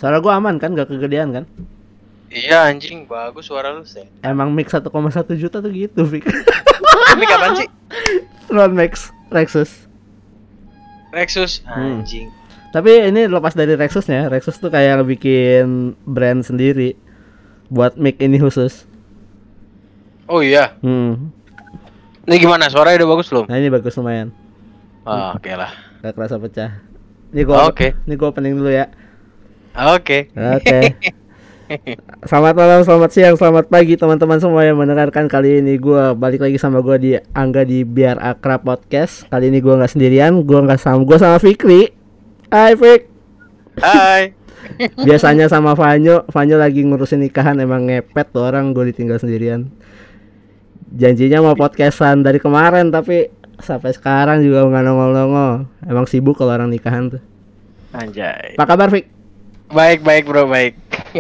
Suara gue aman kan, gak kegedean kan? Iya anjing, bagus suara lu sih. Emang mix 1,1 juta tuh gitu, Fik. Ini kapan sih? Tron Max Rexus. Rexus anjing. Tapi ini lepas dari Rexusnya, Rexus tuh kayak bikin brand sendiri buat mic ini khusus. Oh iya. Ini gimana? Suaranya udah bagus belum? Nah ini bagus lumayan. Oh, oke lah. Gak kerasa pecah. Ini gua opening dulu ya. Oke. Selamat malam, selamat siang, selamat pagi teman-teman semua yang mendengarkan. Kali ini gue balik lagi sama gue di Angga di Biar Akrab Podcast. Kali ini gue nggak sendirian, gue sama Fikri. Hai Fik. Hai. Biasanya sama Vanyo lagi ngurusin nikahan, emang ngepet tuh orang, gue ditinggal sendirian. Janjinya mau podcastan dari kemarin tapi sampai sekarang juga nggak nongol-nongol. Emang sibuk kalau orang nikahan tuh. Anjay. Apa kabar Fik? Baik bro, baik.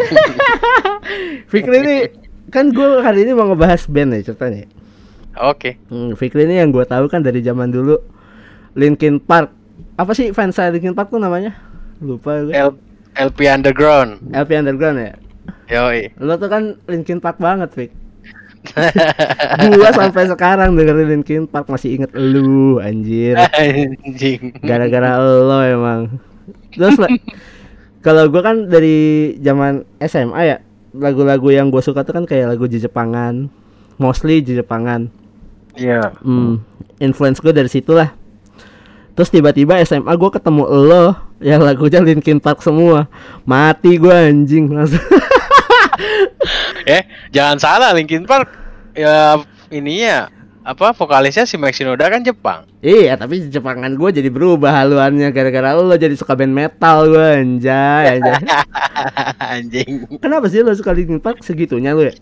Fikri ini kan gue hari ini mau ngebahas band ya ceritanya. Oke. Fikri ini yang gue tahu kan dari zaman dulu Linkin Park. Apa sih fans saya Linkin Park tuh namanya? Lupa gue. LP Underground. LP Underground ya. Yoi. Lo tuh kan Linkin Park banget, Fik. Gua sampai sekarang dengerin Linkin Park masih inget lu, anjir. Anjing. Gara-gara lo emang. Terus kalau gue kan dari zaman SMA ya, lagu-lagu yang gue suka tuh kan kayak lagu Jepangan, mostly Jepangan. Iya. Influence gue dari situ lah. Terus tiba-tiba SMA gue ketemu lo, yang lagunya Linkin Park semua. Mati gue anjing langsung. Jangan salah, Linkin Park ya ininya apa vokalisnya si Mike Shinoda kan Jepang. Iya, tapi Jepangan gue jadi berubah haluannya gara-gara lo jadi suka band metal gue, anjay. Anjing. Kenapa sih lo suka Linkin Park segitunya lo ya?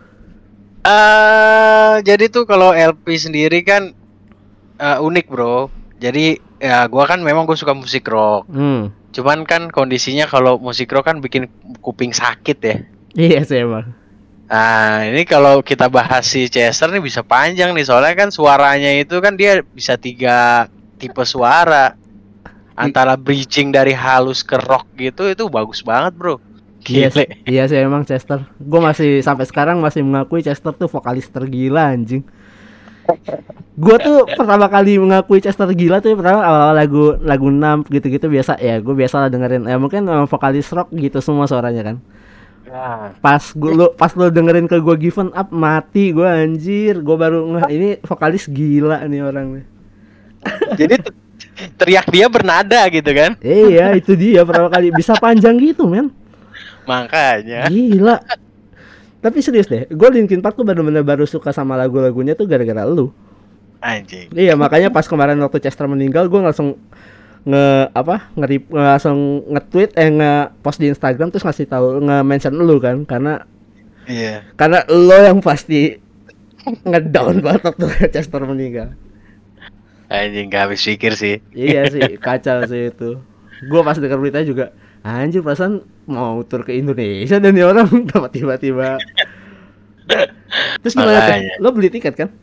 Jadi tuh kalau LP sendiri kan unik bro. Jadi ya gue kan memang gue suka musik rock. Cuman kan kondisinya kalau musik rock kan bikin kuping sakit ya. Iya sih emang. Nah ini kalau kita bahas si Chester nih bisa panjang nih, soalnya kan suaranya itu kan dia bisa 3 tipe suara. Antara bridging dari halus ke rock gitu, itu bagus banget bro. Gile. Iya sih emang Chester. Gue masih sampai sekarang masih mengakui Chester tuh vokalis tergila anjing. Gue tuh pertama kali mengakui Chester gila tuh pertama awal-awal lagu Numb gitu-gitu biasa ya. Gue biasa lah dengerin mungkin vokalis rock gitu semua suaranya kan. Pas lo dengerin ke gue Given Up, mati gue anjir. Gue baru ini vokalis gila nih orang nih. Jadi teriak dia bernada gitu kan. Iya itu dia pertama kali bisa panjang gitu men. Makanya gila. Tapi serius deh, gue Linkin Park tuh bener-bener baru suka sama lagu-lagunya tuh gara-gara lu. Anjing. Iya makanya pas kemarin waktu Chester meninggal gue langsung langsung nge-tweet nge-post di Instagram terus ngasih tahu nge-mention lu kan karena lo yang pasti ngedown banget waktu Chester meninggal. Anjing gak habis pikir sih. Iya sih kacau sih itu. Gue pas denger berita juga anjir perasaan mau tur ke Indonesia dan orang dapat tiba-tiba. Terus gimana? Lo beli tiket kan?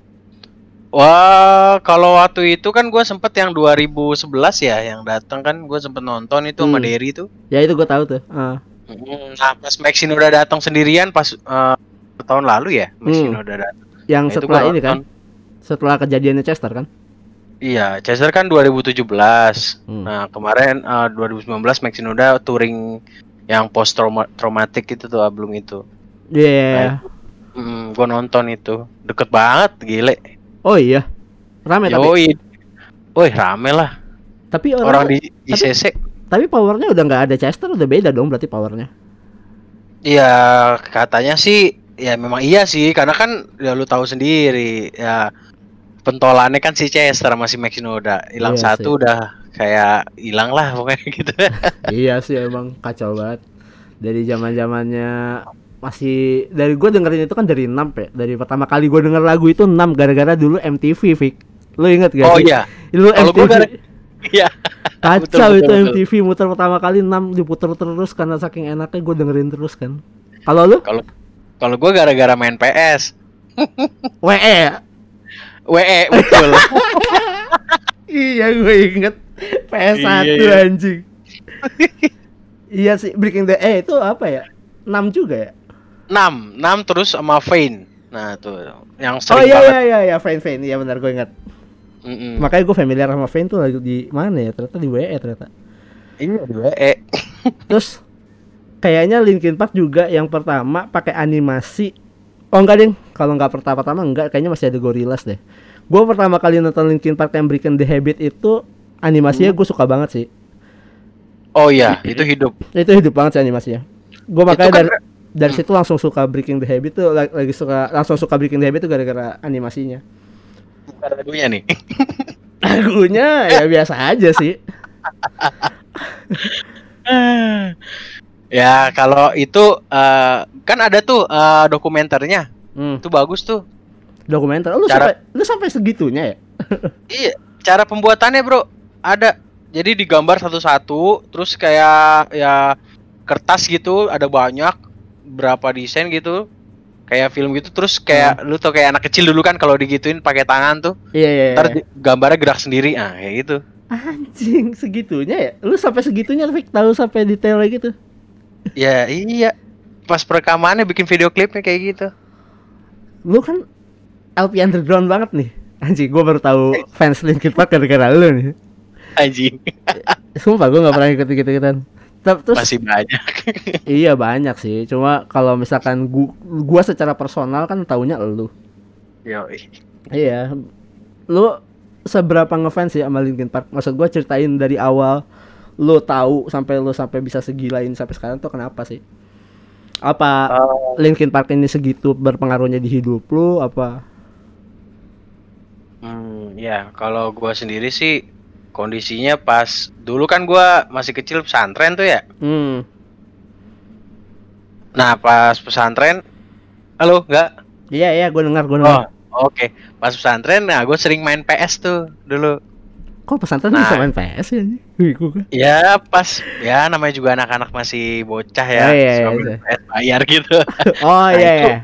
Wah, kalau waktu itu kan gue sempet yang 2011 ya, yang datang kan gue sempet nonton itu sama Derry tuh. Ya itu gue tahu tuh. Nah pas Mike Shinoda datang sendirian pas tahun lalu ya, Mike Shinoda datang. Yang setelah ini kan, setelah kejadiannya Chester kan? Iya, Chester kan 2017. Nah kemarin 2019 Mike Shinoda touring yang post traumatic itu tuh album itu. Iya. Gue nonton itu, deket banget, gile. Oh iya, rame tapi. Woi rame lah. Tapi orang di ICC. Tapi powernya udah nggak ada Chester, udah beda dong berarti powernya. Iya katanya sih, ya memang iya sih, karena kan ya lu tahu sendiri ya pentolannya kan si Chester sama si Mike Shinoda. Hilang iya satu sih. Udah kayak hilang lah pokoknya gitu. Iya sih emang kacau banget. Dari zamannya masih dari gue dengerin itu kan dari Numb ya. Dari pertama kali gue denger lagu itu Numb gara-gara dulu MTV, Fik. Lo inget gak? Oh iya. Lu MTV. Iya. Kacau betul, itu betul. MTV muter pertama kali Numb diputer terus karena saking enaknya gue dengerin terus kan. Kalau lu? Kalau gue gara-gara main PS. WE betul. Iya gue inget PS1 anjing. Iya sih, Breaking the itu apa ya? 6 juga ya? 6 terus sama Vane. Nah, tuh yang Oh sering iya banget. iya Vane Vane. Iya benar gue ingat. Mm-mm. Makanya gue familiar sama Vane tuh lagi di mana ya? Ternyata di WE ternyata. Iya di WE. Terus kayaknya Linkin Park juga yang pertama pakai animasi. Oh enggak ding, kalau enggak pertama-tama enggak, kayaknya masih ada Gorillaz deh. Gue pertama kali nonton Linkin Park yang Breaking the Habit itu animasinya gue suka banget sih. Oh iya, itu hidup. Itu hidup banget sih animasinya. Gue makanya kan dari situ langsung suka Breaking the Habit tuh lagi suka langsung suka Breaking the Habit tuh gara-gara animasinya. bukan lagunya nih. Lagunya ya biasa aja sih. Ya kalau itu kan ada tuh dokumenternya. Itu bagus tuh. Dokumenter. Lu sampai segitunya ya? Iya, cara pembuatannya, Bro. Ada. Jadi digambar satu-satu, terus kayak ya kertas gitu, ada banyak berapa desain gitu. Kayak film gitu, terus kayak lu tau kayak anak kecil dulu kan kalau digituin pakai tangan tuh. Iya. Ntar gambarnya gerak sendiri. Ah, kayak gitu. Anjing, segitunya ya? Lu sampai segitunya tahu sampai detailnya gitu? Ya, iya. Pas perekamannya bikin video klipnya kayak gitu. Lu kan LP underground banget nih. Anjing, gue baru tahu fans Linkin Park gara-gara lu nih. Anjing. Sumpah gue gak pernah ikut-ikutan. Terus Masih banyak. Iya banyak sih. Cuma kalau misalkan gua secara personal kan taunya lu. Yoi. Iya. Lu seberapa ngefans sih sama Linkin Park? Maksud gua ceritain dari awal lu tahu sampai lu sampai bisa segila ini sampai sekarang tuh kenapa sih? Apa Linkin Park ini segitu berpengaruhnya di hidup lu apa? Ya, kalau gua sendiri sih kondisinya pas dulu kan gua masih kecil pesantren tuh ya. Nah, pas pesantren, halo, enggak? Iya, gue dengar. Oh, oke. Pas pesantren, nah gue sering main PS tuh dulu. Kok pesantren bisa main PS ya? Ya pas, ya namanya juga anak-anak masih bocah ya, iya. PS bayar gitu. Oh iya.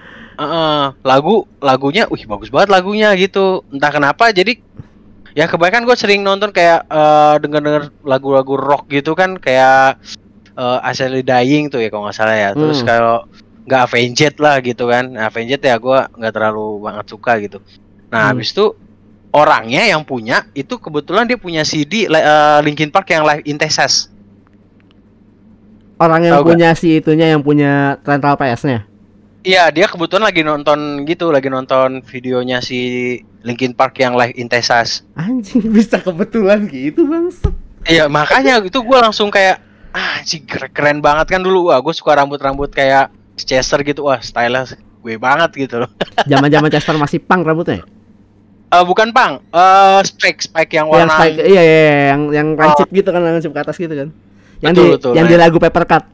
Lagunya, bagus banget lagunya gitu. Entah kenapa, jadi ya kebanyakan gue sering nonton kayak denger lagu-lagu rock gitu kan, kayak Actually Dying tuh ya kalau nggak salah ya. Terus kalau nggak Avenged lah gitu kan. Nah, Avenged ya gue nggak terlalu banget suka gitu. Nah habis itu orangnya yang punya itu kebetulan dia punya CD Linkin Park yang Live in Texas. Orang yang punya si itunya yang punya rental PS-nya. Iya, dia kebetulan lagi nonton videonya si Linkin Park yang Live in Texas. Anjing, bisa kebetulan gitu bangset. Iya, makanya itu gue langsung kayak anjing keren banget kan dulu. Wah, gue suka rambut-rambut kayak Chester gitu. Wah, style gue banget gitu loh. Zaman-zaman Chester masih punk rambutnya. Bukan punk, spike yang warna yang lancip gitu kan, lancip ke atas gitu kan. Betul, yang di lagu Paper Cut.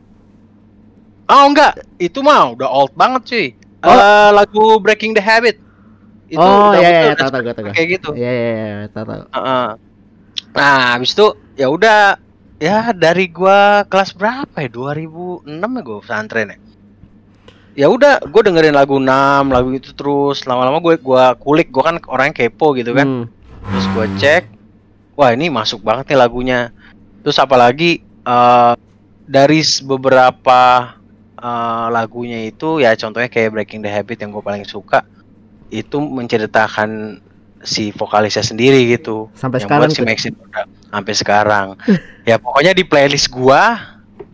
Oh enggak, itu mah udah old banget cuy. Lagu Breaking the Habit. Itu tahu. Kayak gitu. Iya, tahu. Nah, habis itu ya udah ya dari gua kelas berapa ya? 2006 ya gua pesantren ya. Ya udah, gue dengerin lagu 6, lagu itu terus lama-lama gue kulik, gue kan orangnya kepo gitu kan. Terus gue cek, wah ini masuk banget nih lagunya. Terus apalagi dari beberapa lagunya itu ya contohnya kayak Breaking the Habit yang gue paling suka itu menceritakan si vokalisnya sendiri gitu. Sampai yang sekarang buat si Maxine sampai sekarang. Ya pokoknya di playlist gua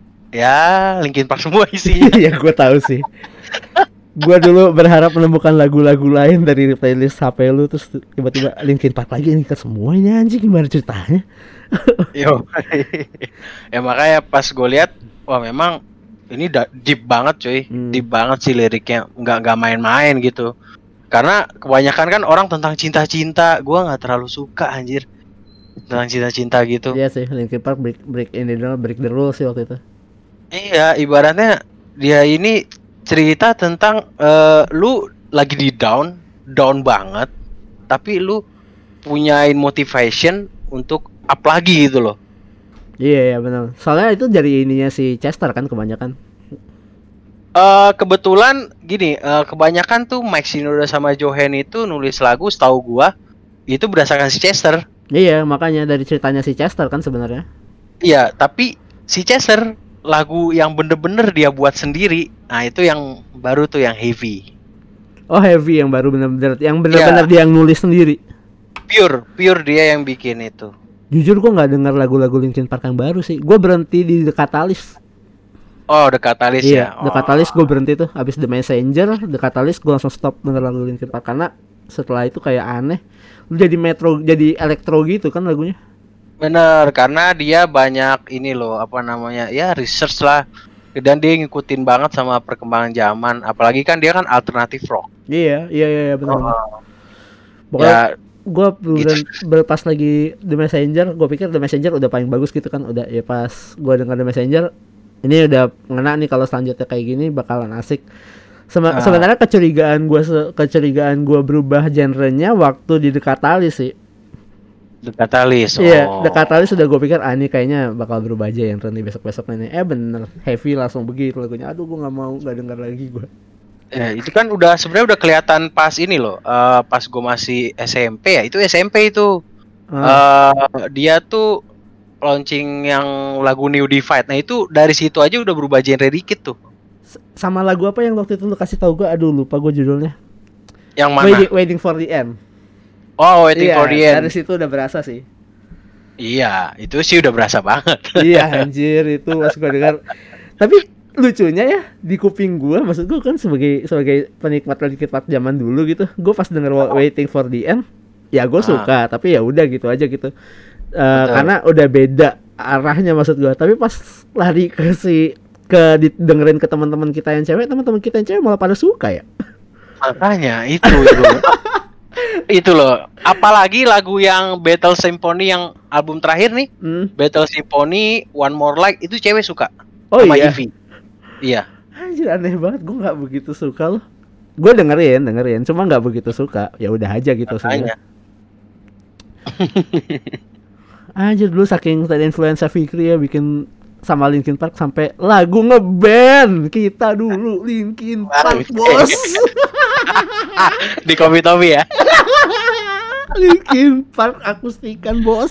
ya Linkin Park semua isinya. Ya gue tahu sih. Gue dulu berharap menemukan lagu-lagu lain dari playlist HP lu, terus tiba-tiba Linkin Park lagi nih ke semuanya, anjing gimana ceritanya? Yo. Ya makanya pas gue lihat, wah memang ini deep banget cuy, deep banget sih liriknya, nggak main-main gitu. Karena kebanyakan kan orang tentang cinta-cinta, gue nggak terlalu suka anjir tentang cinta-cinta gitu. Iya sih, Linkin Park break the rules sih waktu itu. Iya, ibaratnya dia ini cerita tentang lu lagi di down banget, tapi lu punyain motivation untuk up lagi gitu loh. Iya benar. Soalnya itu dari ininya si Chester kan kebanyakan. Kebetulan gini, kebanyakan tuh Mike Shinoda sama Johan itu nulis lagu setahu gua itu berdasarkan si Chester. Iya, makanya dari ceritanya si Chester kan sebenarnya. Iya, tapi si Chester lagu yang bener-bener dia buat sendiri. Nah, itu yang baru tuh yang heavy. Oh, heavy yang baru bener-bener dia yang nulis sendiri. Pure dia yang bikin itu. Jujur gue nggak dengar lagu-lagu Linkin Park yang baru sih. Gue berhenti di The Catalyst. Oh, The Catalyst ya. The Catalyst gue berhenti tuh. Abis The Messenger, The Catalyst gue langsung stop denger lagu Linkin Park karena setelah itu kayak aneh. Lu jadi elektro gitu kan lagunya. Bener, karena dia banyak ini loh, apa namanya, ya research lah. Dan dia ngikutin banget sama perkembangan zaman. Apalagi kan dia kan alternatif rock. Iya benar. Pokoknya gue pas lagi The Messenger, gue pikir The Messenger udah paling bagus gitu kan, udah ya pas gue dengar The Messenger, ini udah ngena nih kalau selanjutnya kayak gini bakalan asik. Sebenarnya kecurigaan gue berubah genrenya waktu di The Catalyst sih. The Catalyst. Iya, The Catalyst sudah gue pikir ini kayaknya bakal berubah aja genre nih besok nih. Bener, heavy langsung begitu lagunya. Aduh, gue nggak dengar lagi gue. Ya, itu kan sebenarnya udah kelihatan pas ini loh, pas gue masih SMP ya, itu SMP itu. Dia tuh launching yang lagu New Divide. Nah, itu dari situ aja udah berubah genre dikit tuh. Sama lagu apa yang waktu itu lu kasih tahu gue? Aduh, lupa gue judulnya. Yang mana? Waiting for the End. Oh, Waiting for the End. Dari situ udah berasa sih. Iya, itu sih udah berasa banget. Iya, anjir, itu pas gue dengar. Tapi lucunya ya, di kuping gue, maksud gue kan sebagai penikmat Linkin Park zaman dulu gitu, gue pas denger Waiting for the End, ya gue suka, tapi ya udah gitu aja gitu. Karena udah beda arahnya maksud gue. Tapi pas lari dengerin ke teman-teman kita yang cewek malah pada suka ya. Makanya itu. Itu loh, apalagi lagu yang Battle Symphony yang album terakhir nih, Battle Symphony, One More Like, itu cewek suka. Oh sama iya? Ivy. Iya. Anjir, aneh banget, gue nggak begitu suka loh. Gue dengerin, cuma nggak begitu suka. Ya udah aja gitu sebenarnya. Anjir, dulu saking tadi influensa Fikri ya bikin sama Linkin Park sampai lagu ngeband kita dulu Linkin Park bos. Di Topi ya. Linkin Park akustikan bos.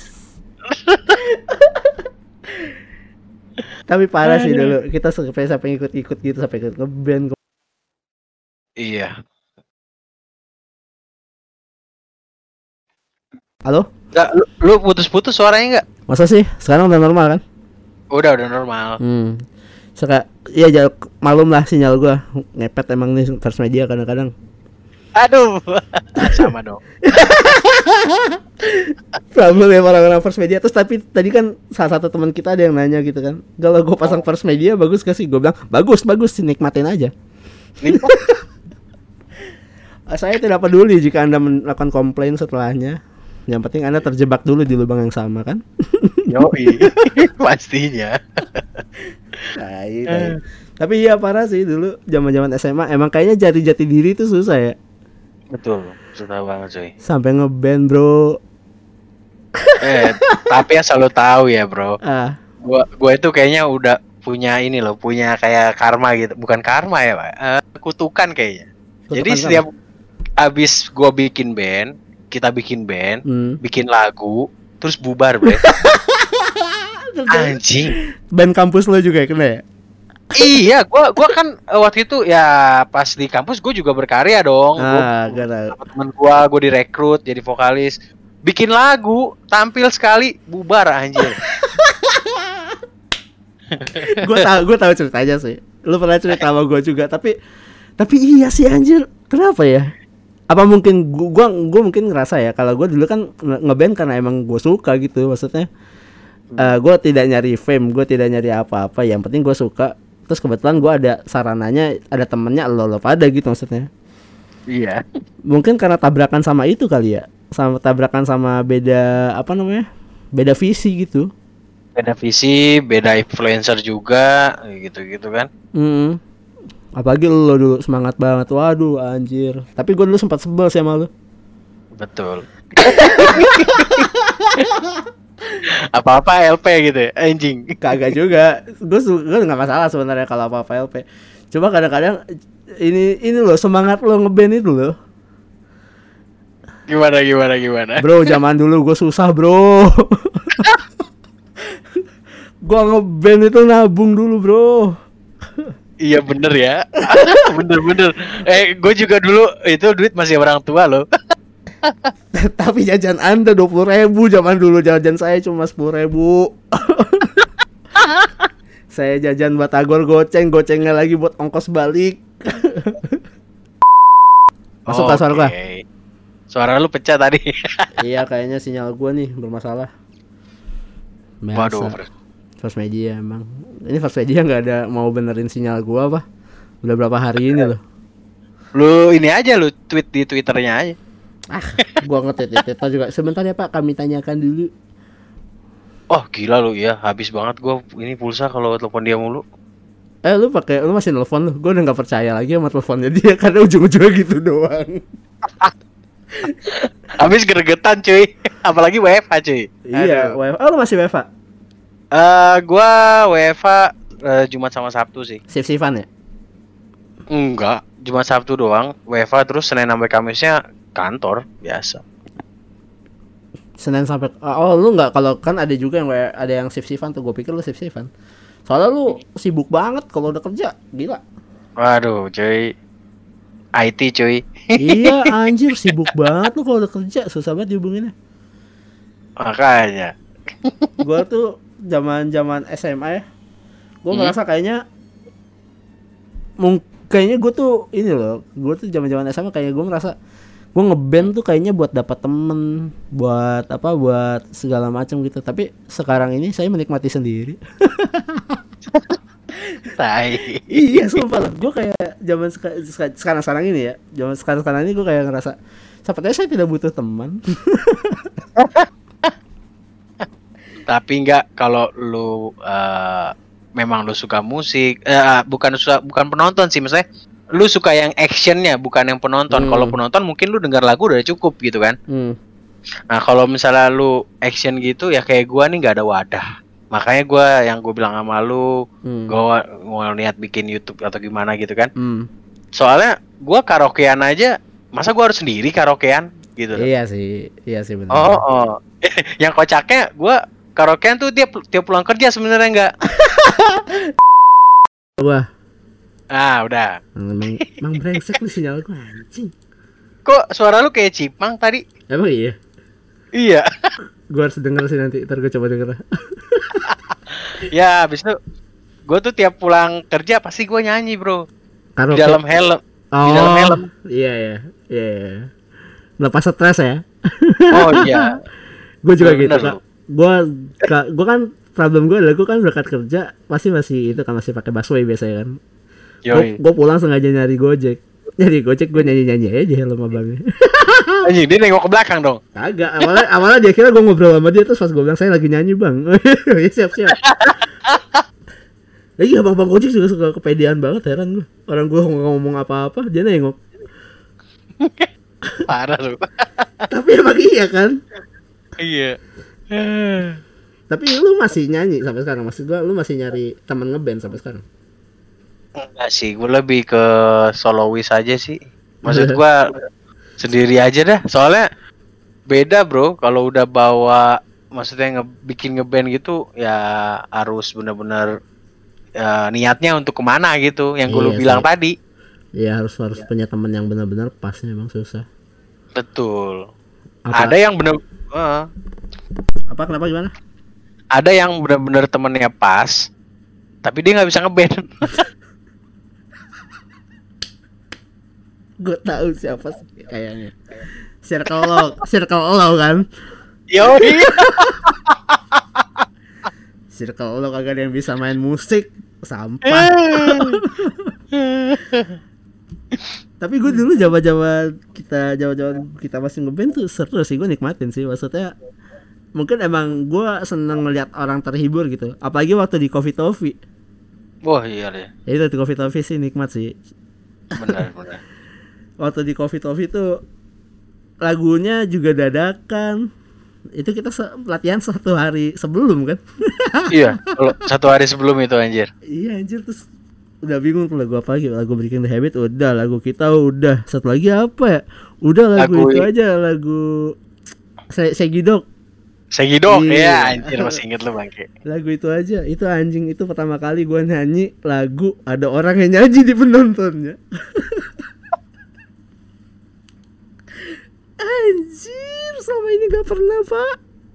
Tapi parah sih dulu kita sampai ikut gitu sampai ikut ngeband. Iya. Halo? Nggak, lu putus-putus suaranya nggak? Masa sih? Sekarang udah normal kan? Udah normal. Iya, malum lah sinyal gua ngepet emang nih First Media kadang-kadang. Aduh, sama dong. Problem ya orang-orang First Media. Terus tapi tadi kan salah satu teman kita ada yang nanya gitu kan, kalau gua pasang First Media bagus gak sih? Gua bilang bagus, nikmatin aja. Saya tidak peduli jika Anda melakukan komplain setelahnya. Yang penting Anda terjebak dulu di lubang yang sama kan? Yoi, pastinya. Nah. Tapi iya parah sih dulu zaman-zaman SMA emang kayaknya jati diri itu susah ya. Betul, susah banget cuy. Sampai ngeband bro. Tapi asal lo tahu ya bro. Gua itu kayaknya udah punya ini loh, punya kayak karma gitu. Bukan karma ya pak, kutukan kayaknya. Jadi setiap abis gua bikin band, kita bikin band, bikin lagu, terus bubar bro. Anjing. Band kampus lo juga ya kena ya? Iya, gua kan waktu itu ya pas di kampus gue juga berkarya dong. Teman gue direkrut jadi vokalis, bikin lagu, tampil sekali, bubar anjir. Gue tahu ceritanya sih. Lu pernah cerita sama gue juga, tapi iya sih anjir. Kenapa ya? Apa mungkin gue mungkin ngerasa ya kalau gue dulu kan ngeband karena emang gue suka gitu, maksudnya. Gue tidak nyari fame, gue tidak nyari apa-apa, yang penting gue suka. Terus kebetulan gue ada sarananya, ada temennya lo pada gitu maksudnya. Iya. Mungkin karena tabrakan sama itu kali ya, tabrakan sama beda beda visi gitu. Beda visi, beda influencer juga, gitu kan. Apalagi lo dulu semangat banget, waduh anjir. Tapi gue dulu sempat sebel sih sama lo. Betul. Apa-apa LP gitu ya, anjing. Kagak juga. Gue nggak masalah sebenarnya kalau apa-apa LP. Cuma kadang-kadang ini loh semangat lo ngeband itu loh. Gimana? Bro, zaman dulu gue susah bro. Gua ngeband itu nabung dulu, Bro. Iya bener ya. Bener. Gue juga dulu itu duit masih orang tua loh. Tapi jajan Anda 20.000 zaman dulu, jajan saya cuma 10.000. Saya jajan batagor gocengnya lagi buat ongkos balik. Masuk suara gua. Suara lu pecah tadi. Iya, kayaknya sinyal gua nih bermasalah. Waduh. First Media emang. Ini First Media nggak ada mau benerin sinyal gua apa? Udah berapa hari ini loh. Lu ini aja lu tweet di Twitternya aja. Gua nge-tweet juga. Sebentar ya Pak, kami tanyakan dulu. Oh gila lu ya, habis banget gua ini pulsa kalau telepon dia mulu. Lu masih nelfon lu? Gua udah nggak percaya lagi sama teleponnya dia karena ujung-ujungnya gitu doang. Habis gregetan cuy, apalagi WFH cuy. Iya, WFH. Lu masih WFH? Gua WFH Jumat sama Sabtu sih. Sif-sifan ya? Enggak, Jumat Sabtu doang. WFH terus Senin sampai Kamisnya kantor biasa. Senin sampai lu nggak, kalau kan ada juga yang ada yang sif-sifan tuh. Gue pikir lu sif-sifan. Soalnya lu sibuk banget kalau udah kerja, gila. Waduh, cuy. IT cuy. Iya, anjir sibuk banget lu kalau udah kerja, susah banget dihubunginnya. Makanya. Gua tuh zaman SMA ya. Gua ngerasa kayaknya gue tuh ini loh. Gua tuh zaman SMA kayak gue ngerasa gue ngeband tuh kayaknya buat dapat temen, buat segala macam gitu. Tapi sekarang ini saya menikmati sendiri. Tai. Iya sumpah lah. Gue kayak zaman sekarang ini ya. Zaman sekarang ini gue kayak ngerasa sepertinya saya tidak butuh teman. Tapi enggak, kalau lu memang lu suka musik, bukan penonton sih, maksudnya lu suka yang actionnya, bukan yang penonton. Kalau penonton mungkin lu dengar lagu udah cukup gitu kan. Nah kalau misalnya lu action gitu ya kayak gua nih nggak ada wadah. Makanya yang gue bilang sama lu, gua mau niat bikin YouTube atau gimana gitu kan. Soalnya gua karaokean aja, masa gua harus sendiri karaokean gitu. Iya sih benar. Oh. Yang kocaknya gua karaokean tuh tiap pulang kerja sebenarnya enggak. Wah. Udah. Emang brengsek lu sinyal gua anjing. Kok suara lu kayak cipang tadi? Emang iya? Iya. Gua harus denger sih nanti, ntar gua coba denger. Ya, habis itu gua tuh tiap pulang kerja pasti gua nyanyi, Bro. Karaoke. Di dalam helm. Di dalam helm. Iya. Lepas stres ya. Oh iya. Gua juga gitu, Kak. Gua kan problem gue adalah gue kan berangkat kerja masih itu kan masih pakai busway biasanya kan. Gue pulang sengaja nyari Gojek gue nyanyi aja helm abangnya. Anjing, dia nengok ke belakang dong. Kagak, awalnya dia kira gue ngobrol sama dia, terus pas gue bilang saya lagi nyanyi bang. siap lagi abang Gojek juga suka kepedean banget, heran gue. Orang gue ngomong apa-apa dia nengok. Parah lu. Tapi emang iya kan. Iya. Tapi lu masih nyanyi sampai sekarang? Maksud gua lu masih nyari teman ngeband sampai sekarang? Enggak sih, gue lebih ke solois aja sih. Maksud gua sendiri aja dah. Soalnya beda, Bro, kalau udah bawa, maksudnya bikin ngeband gitu ya harus benar-benar niatnya untuk kemana gitu, yang gue bilang tadi. Iya, harus punya teman yang benar-benar pas, memang susah. Betul. Ada yang benar kenapa gimana? Ada yang benar-benar temennya pas, tapi dia nggak bisa ngeband. Gue tahu siapa sih kayaknya. Circle lo kan? Yoi. Circle lo kagak ada yang bisa main musik, sampah. Tapi gue dulu jaman kita masih ngeband tuh seru sih, gue nikmatin sih. Maksudnya mungkin emang gue seneng ngeliat orang terhibur gitu, apalagi waktu di Coffee Toffee. Wah iya deh. Itu di Coffee Toffee sih nikmat sih. Benar. Waktu di Coffee Toffee tuh lagunya juga dadakan. Itu kita latihan 1 hari sebelum kan. Iya, kalau 1 hari sebelum itu anjir. Iya anjir, terus udah bingung tuh lagu apa lagi. Lagu Breaking the Habit udah, lagu kita udah. Satu lagi apa ya? Udah lagu itu aja, lagu Segidok. Segidok Iya. ya anjir, masih inget lu bangke. Lagu itu aja, itu anjing, itu pertama kali gua nyanyi lagu ada orang yang nyanyi di penontonnya. Anjir, selama ini gak pernah pak.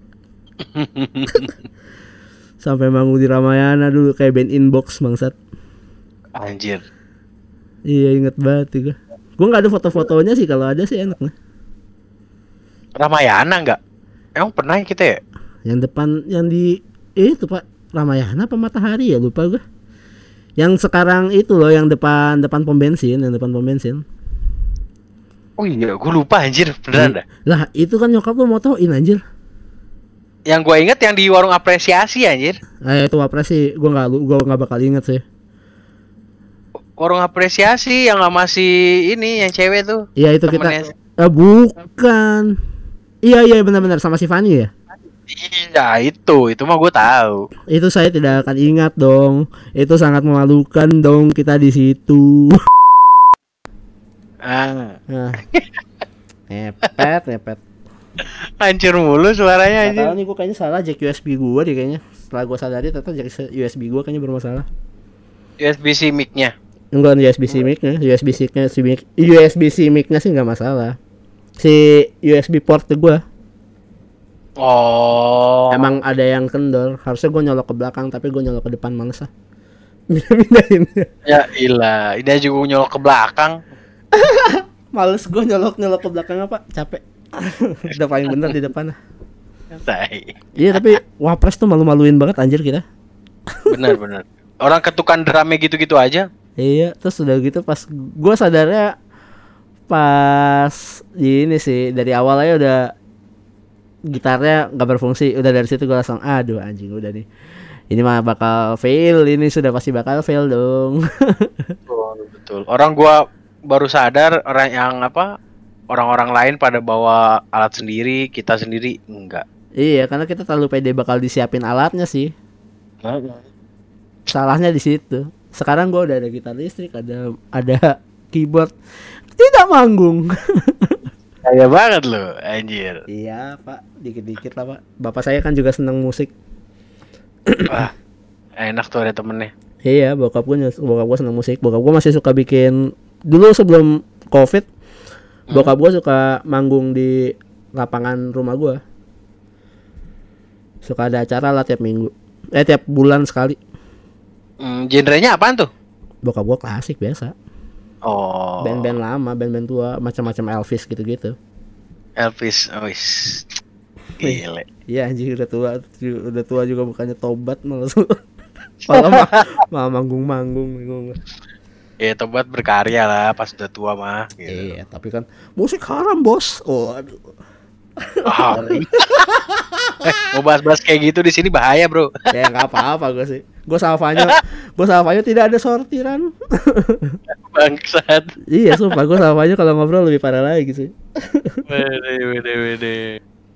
Sampai manggung di Ramayana dulu kayak band Inbox bangsat. Anjir. Iya inget banget tuh gue nggak ada foto-fotonya sih, kalau ada sih enak nih. Ramayana enggak? Emang pernah kita ya? Yang depan yang di itu pak, Ramayana apa Matahari ya, lupa gue. Yang sekarang itu loh, yang depan pom bensin, yang depan pom bensin. Oh iya, gue lupa anjir, beneran dah. Lah itu kan nyokap lu motoin anjir. Yang gue inget yang di warung apresiasi anjir. Itu apa sih, gue nggak bakal inget sih. Warung apresiasi yang sama si ini, yang cewek tuh. Iya itu temennya. kita bukan. Iya benar-benar sama si Fanny ya. Iya itu mah gue tahu. Itu saya tidak akan ingat dong. Itu sangat memalukan dong kita di situ. Ah. Nah. Nepet. Hancur mulu suaranya Nggak tahu anjir. nih, gue kayaknya salah jack USB gue deh kayaknya. Setelah gue sadari ternyata jack USB gue kayaknya bermasalah. USB-C mic-nya. Enggak, USB-C mic-nya, USB-C mic-nya sih nggak masalah. Si USB port gue Oh. emang ada yang kendor. Harusnya gue nyolok ke belakang, tapi gue nyolok ke depan, males ah. Pindahin. Ya ilah, ini juga nyolok ke belakang. Males gue nyolok ke belakang apa? Capek. Udah paling bener di depan. Tai. Iya tapi Wapres tuh malu-maluin banget anjir kita. Benar. Orang ketukan drumnya gitu-gitu aja. Iya, terus udah gitu pas gue sadarnya pas ini sih, dari awal aja udah gitarnya nggak berfungsi. Udah dari situ gue langsung aduh anjing, udah nih. Ini mah bakal fail, ini sudah pasti bakal fail dong. Betul. Orang gua baru sadar orang-orang lain pada bawa alat sendiri, kita sendiri enggak. Iya, karena kita terlalu pede bakal disiapin alatnya sih. Salahnya di situ. Sekarang gue udah ada gitar listrik, ada keyboard, tidak manggung. Kaya banget loh, anjir. Iya pak, dikit-dikit lah pak. Bapak saya kan juga senang musik. Wah, enak tuh ada temennya. Iya, bokap gue senang musik. Bokap gue masih suka bikin, dulu sebelum covid, bokap gue suka manggung di lapangan rumah gue. Suka ada acara lah tiap minggu, tiap bulan sekali. Genrenya apaan tuh? Bokap gue klasik biasa. Oh. Band-band lama, band-band tua, macam-macam Elvis gitu-gitu. Elvis, wis. Gile. Iya anjing, udah tua juga, bukannya tobat malah manggung-manggung bingung. Ya tobat berkarya lah pas udah tua mah. Gitu. Iya, tapi kan musik haram bos. Oh, aduh. Mau bahas-bahas kayak gitu di sini bahaya bro. Ya nggak apa-apa gue sih. Gue sama Fanyo tidak ada sortiran. Bangsat. Iya, sumpah gue sama Fanyo kalau ngobrol lebih parah lagi sih. Wede.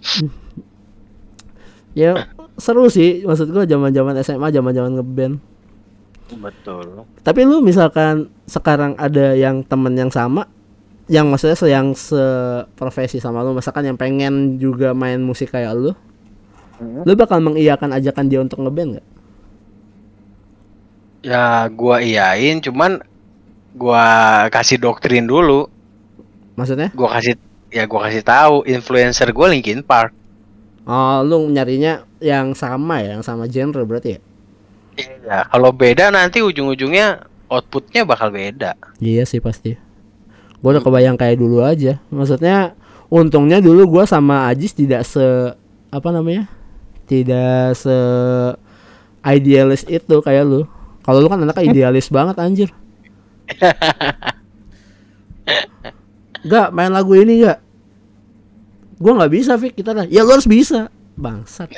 Ya seru sih, maksud gue zaman-zaman SMA, zaman-zaman ngeband. Betul. Tapi lu misalkan sekarang ada yang temen yang sama, yang maksudnya yang seprofesi sama lu, misalkan yang pengen juga main musik kayak lu bakal mengiyakan ajakan dia untuk ngeband nggak? Ya gua iyain, cuman gua kasih doktrin dulu. Maksudnya? Gua kasih tahu influencer gua Linkin Park. Oh, lu nyarinya yang sama ya, yang sama genre berarti ya? Iya, kalau beda nanti ujung-ujungnya outputnya bakal beda. Iya sih pasti. Gue udah kebayang kayak dulu aja. Maksudnya untungnya dulu gue sama Ajis tidak tidak se idealis itu kayak lu. Kalau lu kan anaknya idealis banget anjir. Gak main lagu ini gak? Gue nggak bisa Fik, kita lah. Ya lu harus bisa. Bangsat.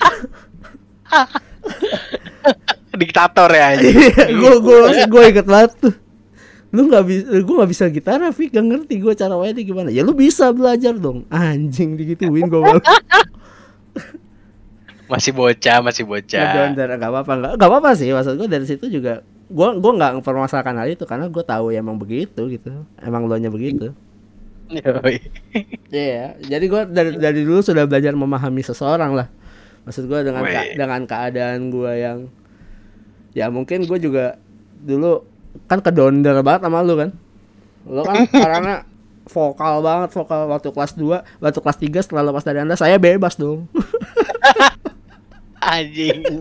Diktator ya aja. Gue inget banget tuh. Lu nggak bisa, gue nggak bisa gitar, Fik, gak ngerti gue cara mainnya gimana. Ya lu bisa belajar dong, anjing, digituin gue malu. masih bocah. Nggak apa-apa sih, maksud gue dari situ juga gue nggak mempermasalahkan hal itu karena gue tahu ya emang begitu gitu, emang lo nya begitu. Yoi. Iya, jadi gue dari dulu sudah belajar memahami seseorang lah. Maksud gue Weh. dengan keadaan gue yang ya mungkin gue juga dulu kan kedonder banget sama lu kan. Lu kan orangnya vokal waktu kelas 2, waktu kelas 3 setelah lepas dari Anda saya bebas dong. Anjing.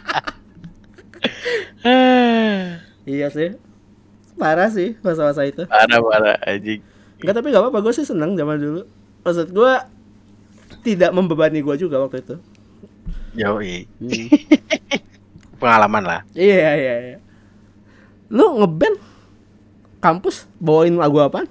Iya sih. Parah sih masa-masa itu. Parah anjing. Enggak, tapi gak apa-apa, gue sih seneng zaman dulu. Maksud gue tidak membebani gue juga waktu itu. Yoi. Pengalaman lah. Iya. Lu ngeband kampus bawain lagu apaan?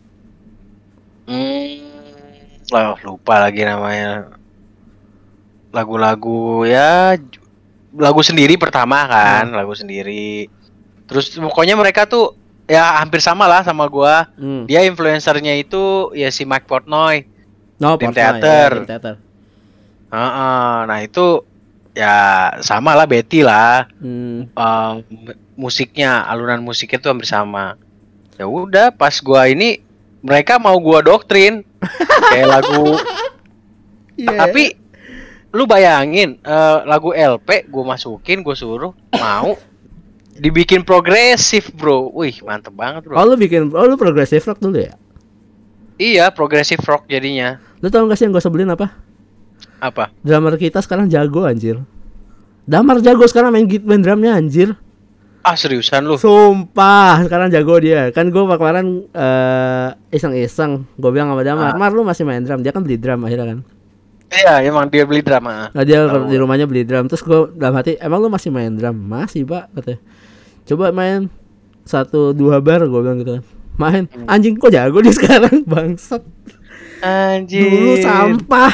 Lupa lagi namanya. Lagu-lagu ya, lagu sendiri pertama kan, lagu sendiri. Terus pokoknya mereka tuh ya hampir sama lah sama gua. Dia influencernya itu ya si Mike Portnoy. Dream Theater. Ya, Nah itu ya sama lah Betty lah. Musiknya, alunan musiknya tuh hampir sama. Ya udah, pas gua ini mereka mau gua doktrin kayak lagu. Tapi lu bayangin lagu LP gua masukin, gua suruh mau dibikin progresif, bro. Wih, mantep banget, bro. Lu progresif rock dulu ya? Iya, progresif rock jadinya. Lu tau gak sih yang gue sebelin apa? Apa? Drummer kita sekarang jago anjir. Damar jago sekarang main drumnya anjir. Ah, seriusan lu? Sumpah, sekarang jago dia. Kan gue kemarin iseng-iseng gue bilang sama Damar, Mar lu masih main drum? Dia kan beli drum akhirnya kan. Iya, emang dia beli drum. Nah, dia di rumahnya beli drum. Terus gue dalam hati, emang lu masih main drum? Masih, Pak, katanya. Coba main 1-2 bar, gue bilang gitu kan. Main, anjing kok jago dia sekarang, bangsat. Anjing. Dulu sampah.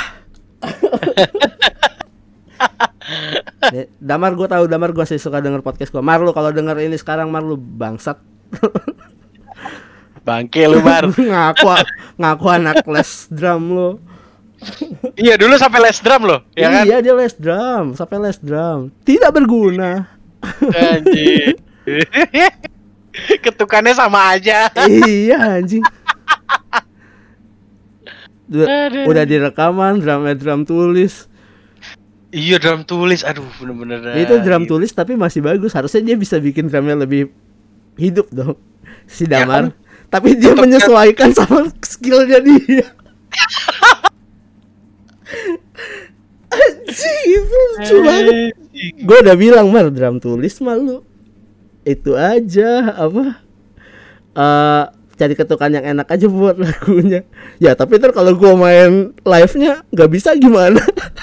Damar gue sih suka denger podcast gue. Mar lu kalau denger ini sekarang, Mar lu bangsat. Bangke lu, Mar. ngaku anak les drum lu. Iya, dulu sampai les drum loh, ya kan? Iya, dia les drum, sampai les drum. Tidak berguna. Anjing. Ketukannya sama aja. Iya, anjing. Udah direkaman, drum tulis. Iya, drum tulis. Aduh, bener-bener. Itu drum tulis tapi masih bagus. Harusnya dia bisa bikin drumnya lebih hidup dong, si Damar. Ya kan? Tapi dia menyesuaikan sama skillnya dia. Anjing, itu lucu banget. Gue udah bilang, Mar, drum tulis malu itu aja apa cari ketukan yang enak aja buat lagunya. Ya tapi ntar kalau gue main live-nya nggak bisa gimana.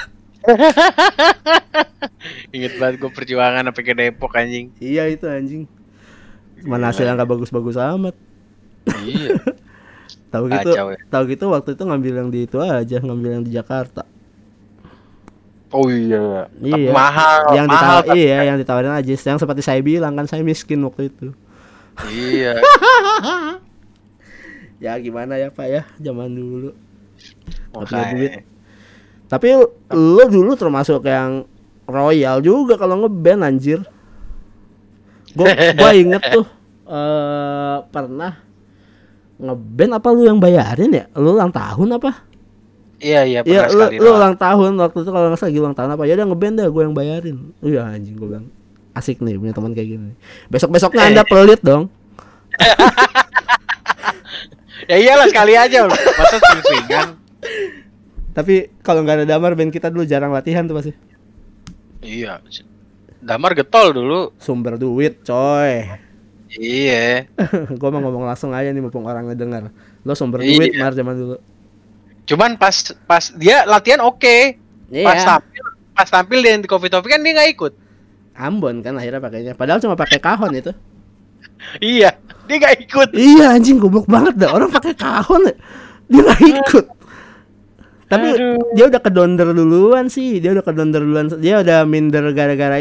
Ingat banget gue perjuangan sampai ke Depok anjing. Iya itu anjing. Mana hasilnya nggak bagus-bagus amat. Iya. Tahu gitu waktu itu ngambil yang di itu aja, ngambil yang di Jakarta. Oh iya. Iya. Mahal. Yang ditawarin aja. Yang seperti saya bilang kan, saya miskin waktu itu. Iya. Ya gimana ya Pak ya, zaman dulu. Gak punya duit. Tapi lu dulu termasuk yang royal juga kalau ngeband anjir. Gua inget tuh pernah ngeband apa lu yang bayarin ya? Lu ulang tahun apa? Iya pernah sekali. Lu ulang tahun waktu itu kalau nggak salah ulang tahun apa? Ya udah ngeband deh, gue yang bayarin. Iya anjing, gue bilang asik nih punya teman kayak gini. Besoknya Anda pelit dong. Ya iyalah sekali aja, masa sering-seringan. Tapi kalau nggak ada Damar, band kita dulu jarang latihan tuh pasti. Iya, Damar getol dulu. Sumber duit, coy. Iya. Gue mau ngomong langsung aja nih mumpung orang ngedengar. Lo sumber duit, Mar, zaman dulu. Cuman pas dia latihan oke. Iya. Pas tampil di Coffee Toffee kan dia nggak ikut. Ambon kan akhirnya pakainya. Padahal cuma pakai kahon itu. Iya, dia nggak ikut. Iya anjing, goblok banget dah, orang pakai kahon dia nggak ikut. Tapi dia udah kedonder duluan sih. Dia udah minder gara-gara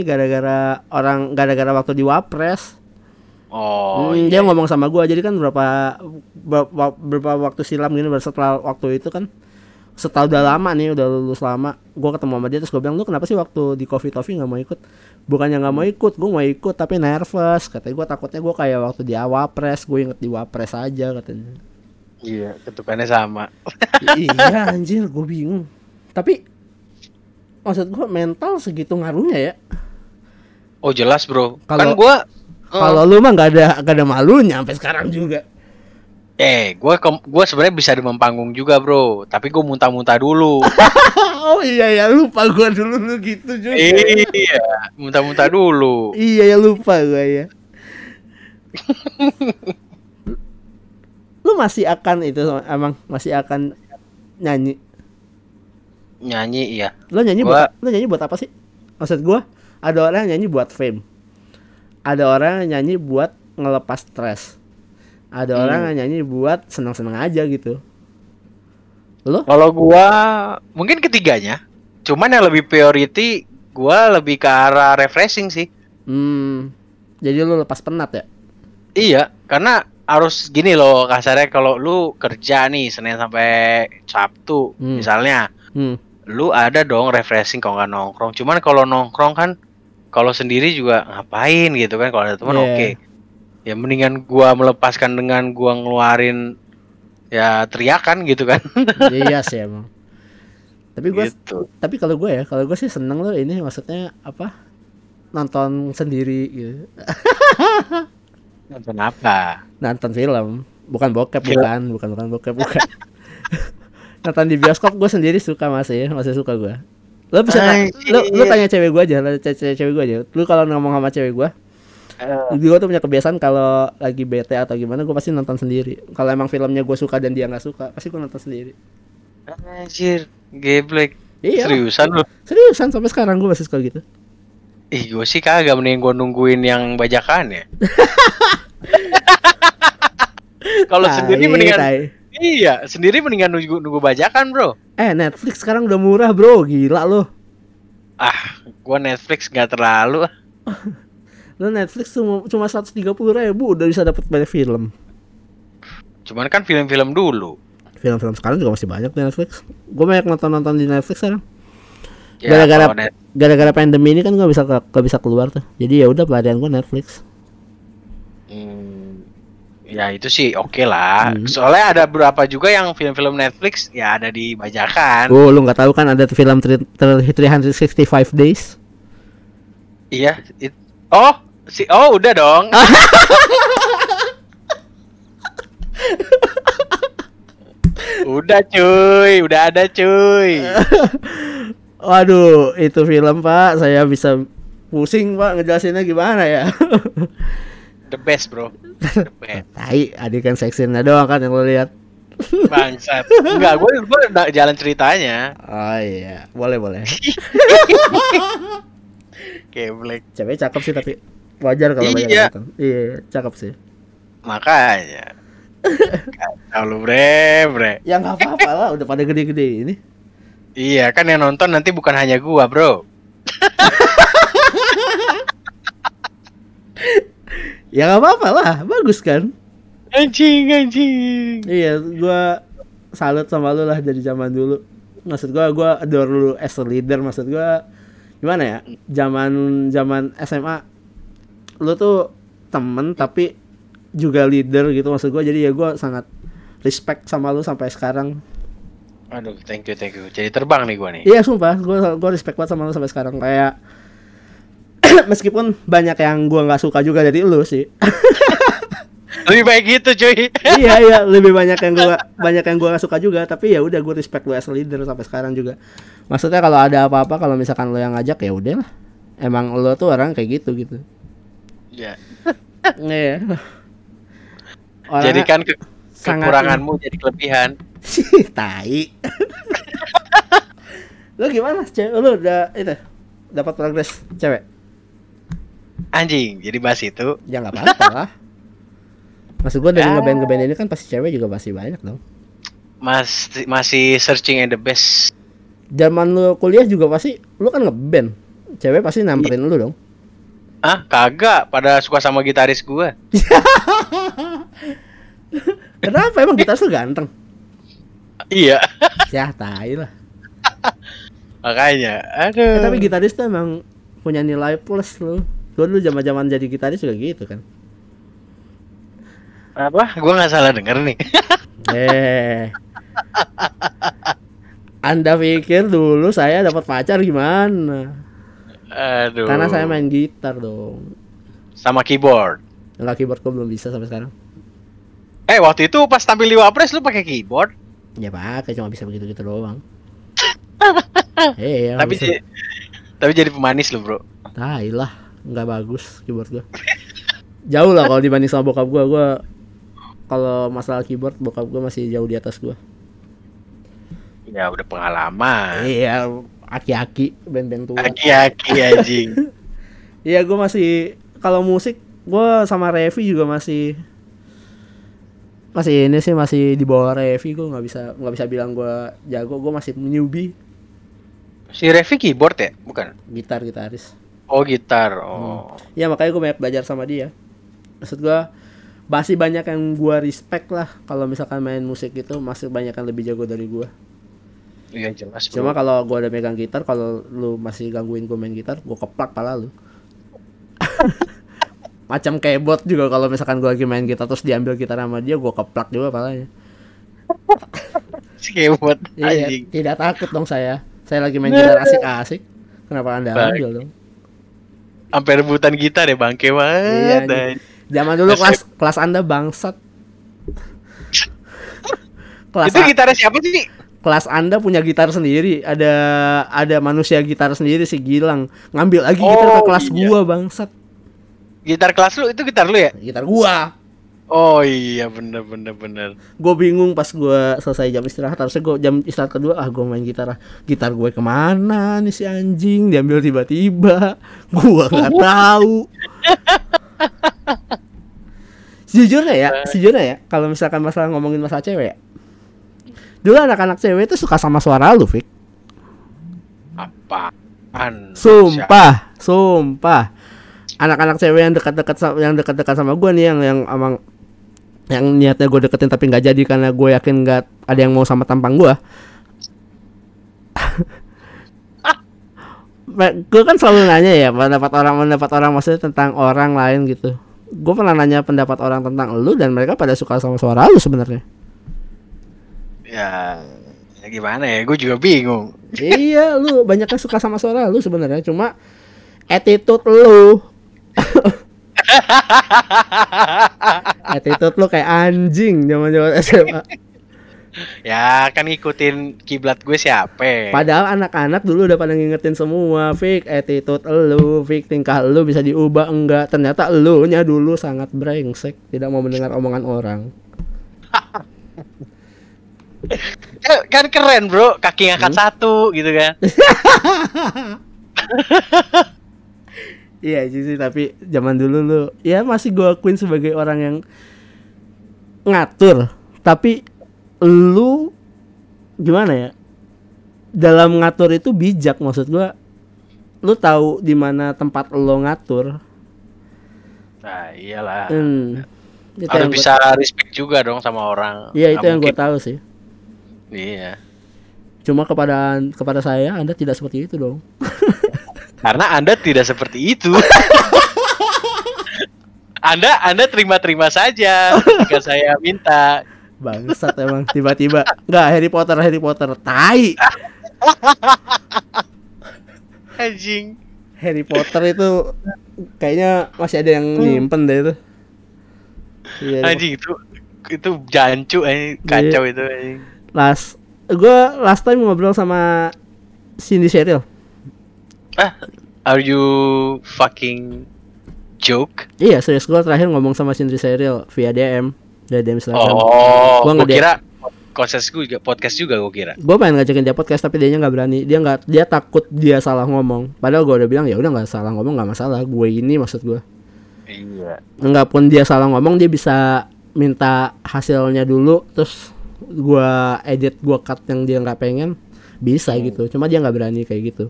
waktu di Wapres. Oh, dia ngomong sama gua. Jadi kan beberapa waktu silam gini, setelah waktu itu kan, setelah udah lama nih, udah lulus lama, gua ketemu sama dia terus gua bilang, lu kenapa sih waktu di Coffee Toffee nggak mau ikut? Bukannya nggak mau ikut, gua mau ikut tapi nervous. Katanya gua takutnya gua kayak waktu di Wapres, gua inget di Wapres aja katanya. Iya, ketukannya sama. Iya anjir, gue bingung. Tapi maksud gue mental segitu ngaruhnya ya. Oh jelas bro. Kalau Kan gua kalau lu mah nggak ada malunya sampai sekarang juga. gua sebenarnya bisa demam panggung juga bro. Tapi gua muntah-muntah dulu. Oh iya ya, lupa gue dulu lu gitu juga. Iya, muntah-muntah dulu. Iya ya, lupa gue ya. Lu masih akan itu, emang masih akan nyanyi? Nyanyi iya. Lu Gua nyanyi buat apa sih? Maksud gue, ada orang yang nyanyi buat fame, ada orang yang nyanyi buat ngelepas stres, ada orang yang nyanyi buat senang-senang aja gitu. Lu? Kalau gua mungkin ketiganya. Cuman yang lebih priority gua lebih ke arah refreshing sih. Jadi lu lepas penat ya? Iya, karena harus gini loh kasarnya, kalau lu kerja nih Senin sampai Sabtu misalnya, lu ada dong refreshing kalau nggak nongkrong. Cuman kalau nongkrong kan, kalau sendiri juga ngapain gitu kan, kalau ada teman oke. Ya mendingan gua melepaskan dengan gua ngeluarin ya teriakan gitu kan. Iya sih emang. Tapi gue, Gitu. tapi kalau gue sih seneng loh ini, maksudnya apa? Nonton sendiri gitu. Nonton apa? Nonton film, bukan bokep, bukan bokep, bukan. Nonton di bioskop gue sendiri suka, masih suka gue. Lo bisa lu tanya cewek gue aja, cewek gue aja. Lu kalau ngomong sama cewek gue tuh punya kebiasaan kalau lagi bete atau gimana, gue pasti nonton sendiri. Kalau emang filmnya gue suka dan dia nggak suka, pasti gue nonton sendiri. Anjir, geblek. Iya. Seriusan lu? Seriusan, sampai sekarang gue masih suka gitu. Ih, gue sih kagak, mending gue nungguin yang bajakan ya. Kalau sendiri mendingan. Iya, sendiri mendingan nunggu bajakan, bro. Netflix sekarang udah murah, bro. Gila lo. Gue Netflix nggak terlalu. Lo Netflix cuma 130.000 udah bisa dapat banyak film. Cuman kan film-film dulu. Film-film sekarang juga masih banyak di Netflix. Gue banyak nonton di Netflix sekarang. Ya, Gara-gara pandemi ini kan gue gak bisa keluar tuh. Jadi ya udah, pelarian gue Netflix. Ya itu sih oke lah. Soalnya ada beberapa juga yang film-film Netflix ya ada di bajakan. Oh, lu nggak tahu kan ada film 365 Days? Iya. Udah dong. Udah cuy, udah ada cuy. Waduh, itu film Pak, saya bisa pusing Pak ngejelasinnya gimana ya. The best bro. The best. Tai, adik kan seksinya doang kan yang lo lihat. Bangsat. Enggak, gue jalan ceritanya. Oh iya, boleh. Keblek. Cewek cakep sih, tapi wajar kalau banyak nonton. Iya, cakep sih. Makanya. Kacau lu bre. Ya nggak apa-apa lah, udah pada gede-gede ini. Iya, kan yang nonton nanti bukan hanya gua, bro. Ya nggak apa-apa lah, bagus kan? Anjing. Iya, gua salut sama lu lah dari zaman dulu. Maksud gua adore lu as a leader. Maksud gua gimana ya? Zaman SMA lu tuh temen tapi juga leader gitu, maksud gua. Jadi ya gua sangat respect sama lu sampai sekarang. Aduh, thank you. Jadi terbang nih gua nih. Iya, sumpah, gua respect banget sama lu sampai sekarang. Kayak meskipun banyak yang gua nggak suka juga dari lu sih. Lebih baik gitu, cuy. Iya, lebih banyak yang gua nggak suka juga, tapi ya udah, gua respect lu as a leader sampai sekarang juga. Maksudnya kalau ada apa-apa, kalau misalkan lu yang ngajak ya udahlah. Emang lu tuh orang kayak gitu. Iya. Iya. Jadi kan kekuranganmu jadi kelebihan. Tai. Lu gimana? Lu udah itu dapat progres cewek? Anjing, jadi bahas itu. Ya nggak apa-apa lah. Maksud gua dari ngeband ini kan pasti cewek juga pasti banyak dong. Masih searching and the best. Zaman lu kuliah juga pasti lu kan ngeband. Cewek pasti nyamperin lu dong. Kagak, pada suka sama gitaris gua. Kenapa, emang gitaris lu ganteng? Iya. Ya, tai lah. Makanya, aduh. Tapi gitaris tuh emang punya nilai plus lu. Gua dulu zaman-zaman jadi gitaris juga gitu kan. Apa? Gua nggak salah denger nih. Anda pikir dulu saya dapat pacar gimana? Aduh. Karena saya main gitar dong. Sama keyboard. Enggak, keyboard gue belum bisa sampai sekarang. Waktu itu pas tampil di Wapres lu pakai keyboard? Ya pakai, cuma bisa begitu-gitu doang. Tapi jadi pemanis lu, Bro. Tai lah, nggak bagus keyboard gue. Jauh lah kalau dibanding sama bokap gue. Kalau masalah keyboard bokap gue masih jauh di atas gue. Ya udah pengalaman. Iya, aki-aki band-band tua. Aki-aki anjing. Iya, gue masih kalau musik gue sama Revi juga masih ini sih, masih di bawah Revi. Gue nggak bisa bilang gue jago. Gue masih newbie. Si Revi keyboard ya, bukan? Gitaris. Oh, gitar. Oh. Ya makanya gue banyak belajar sama dia. Maksud gue masih banyak yang gue respect lah. Kalau misalkan main musik itu masih banyak yang lebih jago dari gue. Iya jelas. Bro. Cuma kalau gue udah megang gitar, kalau lu masih gangguin gue main gitar, gue keplak pala lu. Macam kayak bot juga, kalau misalkan gue lagi main gitar terus diambil gitar sama dia, gue keplak juga palanya. Si kayak bot. Iya, tidak takut dong saya. Saya lagi main gitar asik-asik. Kenapa Anda ambil dong? Sampai rebutan gitar ya, bangke banget. Iya, zaman dulu kelas Anda bangsat. Itu gitarnya siapa sih? Kelas Anda punya gitar sendiri, ada manusia gitar sendiri si Gilang, ngambil lagi gitar ke kelas gua, bangsat. Gitar kelas lu itu gitar lu ya? Gitar gua. Oh iya, bener. Gue bingung pas gua selesai jam istirahat, harusnya gua jam istirahat kedua, gua main gitar. Gitar gue kemana nih si anjing, diambil tiba-tiba, gua nggak tahu. Sejujurnya ya, kalau misalkan masalah ngomongin masalah cewek ya, dulu anak-anak cewek itu suka sama suara lu, Fik. Apaan? Sumpah. Anak-anak cewek yang dekat-dekat sama gue nih, yang niatnya gue deketin tapi nggak jadi karena gue yakin nggak ada yang mau sama tampang gue. Gue kan selalu nanya ya pendapat orang maksudnya tentang orang lain gitu. Gue pernah nanya pendapat orang tentang lu dan mereka pada suka sama suara lu sebenarnya. Ya gimana ya, gue juga bingung. Iya, lu banyak yang suka sama suara lu sebenarnya, cuma attitude lu. Attitude lu kayak anjing zaman-zaman SMA. Ya kan ngikutin kiblat gue siapa. Padahal anak-anak dulu udah pada ngingetin semua, Fik, attitude lu, Fik, tingkah lu bisa diubah enggak. Ternyata lu nya dulu sangat brengsek, tidak mau mendengar omongan orang. Kan keren, Bro, kaki ngangkat satu gitu kan. Iya sih, tapi zaman dulu lu ya masih gue akuin sebagai orang yang ngatur, tapi lu gimana ya, dalam ngatur itu bijak. Maksud gue, lu tahu di mana tempat lo ngatur. Nah iyalah. Harus bisa respect juga dong sama orang. Iya, itu yang gue tahu sih. Iya. Cuma kepada saya Anda tidak seperti itu dong. Karena Anda tidak seperti itu. Anda terima-terima saja jika saya minta. Bangsat emang, tiba-tiba enggak Harry Potter tai. Anjing. Harry Potter itu kayaknya masih ada yang nyimpen deh itu. Iya, anjing itu jancu kacau itu anjing. Last time ngobrol sama Cindy Cheryl. Are you fucking joke? Iya, serius, gue terakhir ngomong sama Cindy Cheryl via DM dari DM Instagram. Gue kira podcast juga gue kira. Gue pengen ngajakin dia podcast tapi dia nggak berani. Dia takut dia salah ngomong. Padahal gue udah bilang ya udah nggak salah ngomong, nggak masalah. Gue ini maksud gue. Iya. Enggak pun dia salah ngomong, dia bisa minta hasilnya dulu, terus gue edit, gue cut yang dia nggak pengen, bisa gitu. Cuma dia nggak berani kayak gitu.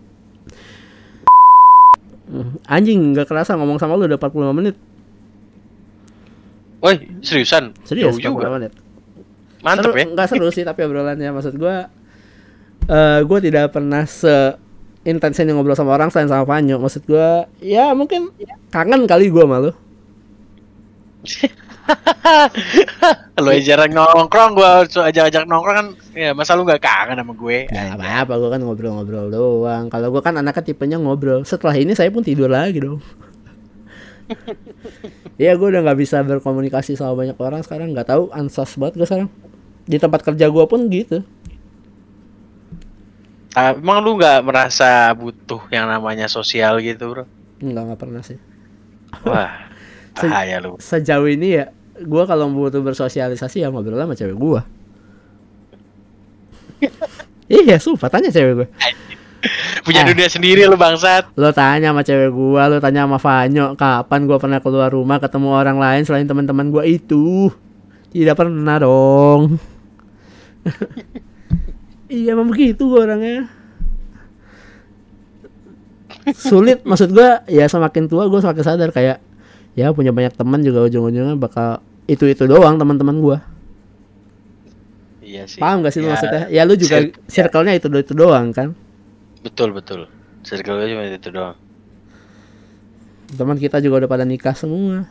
Anjing, nggak kerasa ngomong sama lu udah 45 menit. Woi, seriusan? Serius, 45 menit. Mantep ya? Nggak seru sih tapi obrolannya. Maksud gue tidak pernah intens ini ngobrol sama orang selain sama Panyo. Maksud gue, ya mungkin kangen kali gue sama lu. Lu jarang nongkrong, gua ajak-ajak nongkrong kan. Ya, masa lu nggak kangen sama gue? Ya nggak apa-apa, gue kan ngobrol-ngobrol doang. Kalau gue kan anaknya tipenya ngobrol. Setelah ini saya pun tidur lagi dong. Iya, gue udah nggak bisa berkomunikasi sama banyak orang sekarang. Nggak tahu, ansos banget gue sekarang. Di tempat kerja gue pun gitu. Emang lu nggak merasa butuh yang namanya sosial gitu, bro? Nggak pernah sih. Wah, bahaya lu. Sejauh ini ya, gue kalau butuh bersosialisasi ya ngobrol sama cewek gue. Iya, sumpah, tanya cewek gue. Punya dunia sendiri lu bangsat. Lo tanya sama cewek gue, lo tanya sama Vanyo, kapan gue pernah keluar rumah ketemu orang lain selain teman-teman gue itu? Tidak pernah dong. Iya, emang begitu gue orangnya. Sulit, maksud gue ya semakin tua gue semakin sadar kayak ya punya banyak teman juga ujung-ujungnya bakal itu doang teman-teman gue. Iya sih. Paham gak sih lu maksudnya? Ya lu juga circle-nya itu doang kan? Betul. Circle-nya cuma itu doang. Teman kita juga udah pada nikah semua.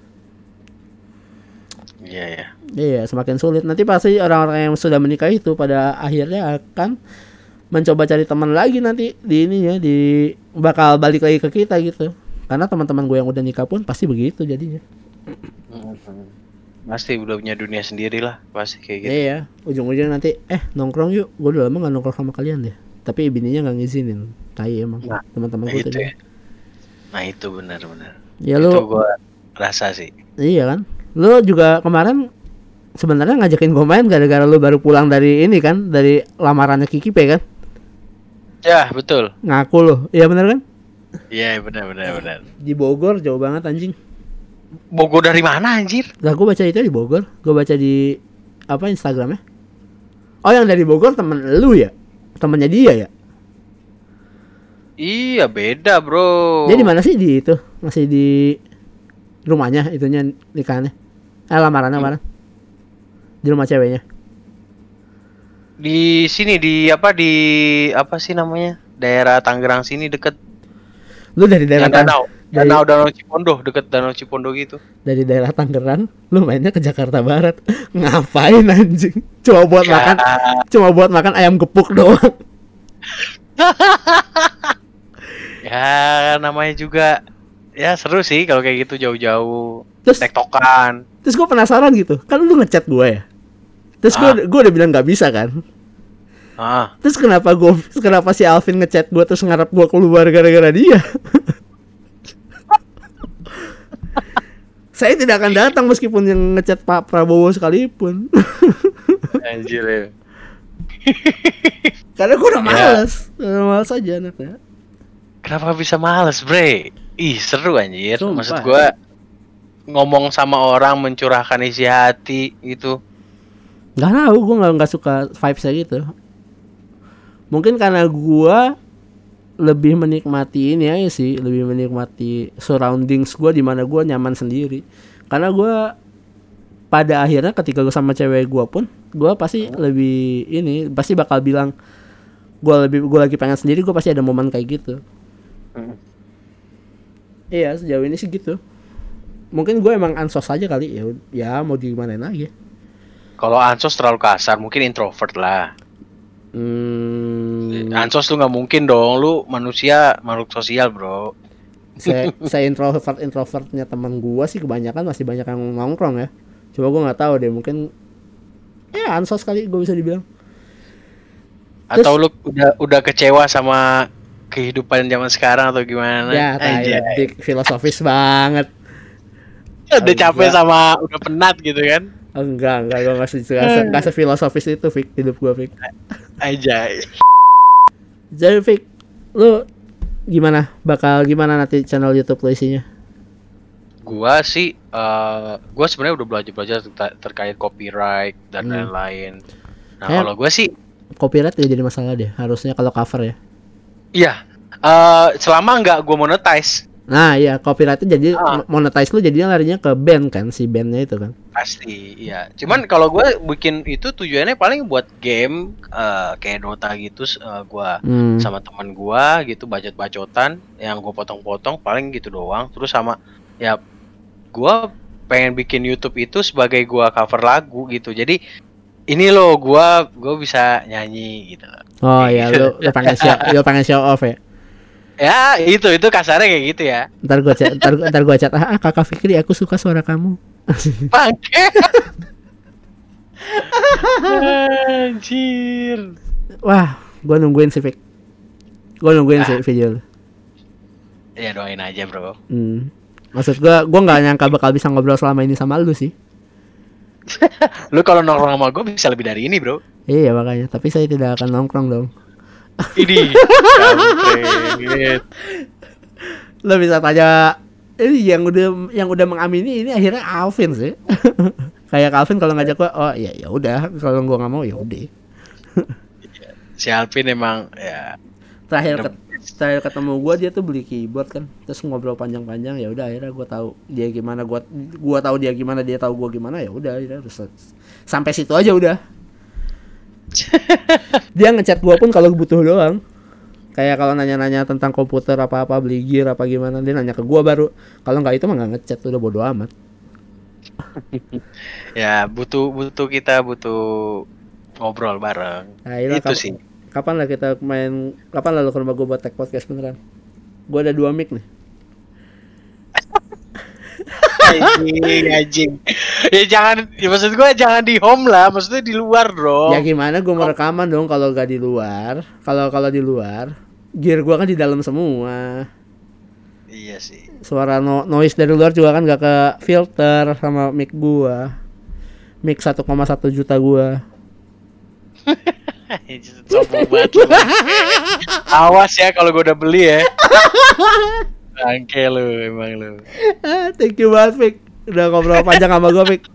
Iya. Iya, semakin sulit. Nanti pasti orang-orang yang sudah menikah itu pada akhirnya akan mencoba cari teman lagi nanti di ininya, di bakal balik lagi ke kita gitu. Karena teman-teman gue yang udah nikah pun pasti begitu jadinya. Pasti udah punya dunia sendiri lah, pasti kayak gitu. Iya, ujung-ujungnya nanti nongkrong yuk. Gue udah lama gak nongkrong sama kalian deh. Tapi bininya gak ngizinin. Tai emang teman-teman gue itu tuh. ya. Nah itu benar. Ya itu lu gue rasa sih. Iya kan? Lu juga kemarin sebenarnya ngajakin gue main gara-gara lu baru pulang dari ini kan, dari lamarannya Kiki P kan? Ya betul. Ngaku lu, iya benar kan? Iya benar. Di Bogor jauh banget anjing. Bogor dari mana anjir? Lah gue baca itu di Bogor, gue baca di apa Instagramnya? Oh yang dari Bogor temen lu ya? Temennya dia ya? Iya beda bro. Dia di mana sih di itu? Masih di rumahnya itunya nikahannya? Lamarannya kemarin? Di rumah ceweknya? Di sini di apa sih namanya? Daerah Tangerang sini deket. Lu dari daerah Danau Cipondo, deket Danau Cipondo gitu. Dari daerah Tangerang, lu mainnya ke Jakarta Barat. Ngapain anjing? Cuma buat makan ayam gepuk doang. Ya namanya juga ya seru sih kalau kayak gitu jauh-jauh. Terus tektokan. Terus gue penasaran gitu. Kan lu ngechat gue ya. Terus gue udah bilang nggak bisa kan. Terus kenapa si Alvin ngechat gue terus ngarep gue keluar gara-gara dia? Saya tidak akan datang meskipun yang ngechat Pak Prabowo sekalipun. Anjir ya. Karena gue udah males aja anaknya. Kenapa bisa males, bre? Ih, seru anjir. Sumpah. Maksud gue ngomong sama orang, mencurahkan isi hati gitu. Gak tahu, gue nggak suka vibes-nya gitu. Mungkin karena gue lebih menikmati ini aja sih, lebih menikmati surroundings gue di mana gue nyaman sendiri. Karena gue pada akhirnya ketika gue sama cewek gue pun, gue pasti pasti bakal bilang gue lagi pengen sendiri, gue pasti ada momen kayak gitu. Iya, sejauh ini sih gitu. Mungkin gue emang ansos aja kali ya mau digimanain lagi. Kalau ansos terlalu kasar, mungkin introvert lah. Ansos lu nggak mungkin dong, lu makhluk sosial bro. Saya introvertnya teman gue sih kebanyakan masih banyak yang nongkrong ya. Coba gue nggak tahu deh, mungkin ya ansos kali gue bisa dibilang. Atau lu udah kecewa sama kehidupan zaman sekarang atau gimana? Ya, dik filosofis banget. Udah capek sama udah penat gitu kan? Enggak, gue nggak sefilosofis itu, Fik, hidup gue, Fik. Aja. Jadi, Fik, lu gimana nanti channel YouTube lu isinya? Gua sih, gua sebenarnya udah belajar terkait copyright dan lain-lain. Nah, kalau gua sih copyright gak jadi masalah deh, harusnya kalau cover ya. Iya, selama nggak gua monetize. Nah, iya, copyrightnya jadi monetize lu jadinya larinya ke band kan, si bandnya itu kan. Pasti, iya. Cuman kalau gue bikin itu tujuannya paling buat game kayak Dota gitu, gue sama teman gue gitu bacot-bacotan yang gue potong-potong paling gitu doang. Terus sama ya gue pengen bikin YouTube itu sebagai gua cover lagu gitu. Jadi ini loh gua bisa nyanyi gitu. Oh iya, lu pengen show off ya. Ya, itu kasarnya kayak gitu ya. Ntar gua chat, Kakak Fikri, aku suka suara kamu. Bangke. Anjir. Wah, gua nungguin sih, Fik. Sih video lu. Ya doain aja, Bro. Maksud gua nggak nyangka bakal bisa ngobrol selama ini sama lu sih. Lu kalau nongkrong sama gua bisa lebih dari ini, Bro. Iya makanya, tapi saya tidak akan nongkrong dong. Ini. Lo bisa tanya yang udah mengamini ini akhirnya Alvin sih. Kayak Alvin kalau ngajak gua, oh ya udah, kalau gua nggak mau ya udah. Si Alvin emang ya Terakhir ketemu gua, dia tuh beli keyboard kan, terus ngobrol panjang-panjang. Ya udah, akhirnya gua tahu dia gimana, gua tahu dia gimana, dia tahu gua gimana. Ya udah, akhirnya sampai situ aja udah. Dia ngechat gua pun kalau butuh doang. Kayak kalau nanya-nanya tentang komputer apa-apa, beli gear apa gimana, dia nanya ke gua baru. Kalau nggak itu mah nggak ngechat, udah bodo amat. Ya butuh ngobrol bareng. Nah, itu sih. Kapan lah lu ke rumah gua buat tag podcast beneran? Gua ada 2 mic nih. Anjing. Ya maksud gue jangan di home lah, maksudnya di luar dong. Ya gimana gue mau rekaman dong kalau gak di luar. Kalau di luar, gear gue kan di dalam semua. Iya sih. Suara noise dari luar juga kan gak ke filter sama mic gue. Mic 1,1 juta gue. Sombong banget lu. Awas ya kalau gue udah beli ya. Bangke lu, emang lu. Thank you banget, Fik. Udah ngobrol panjang sama gue, Fik.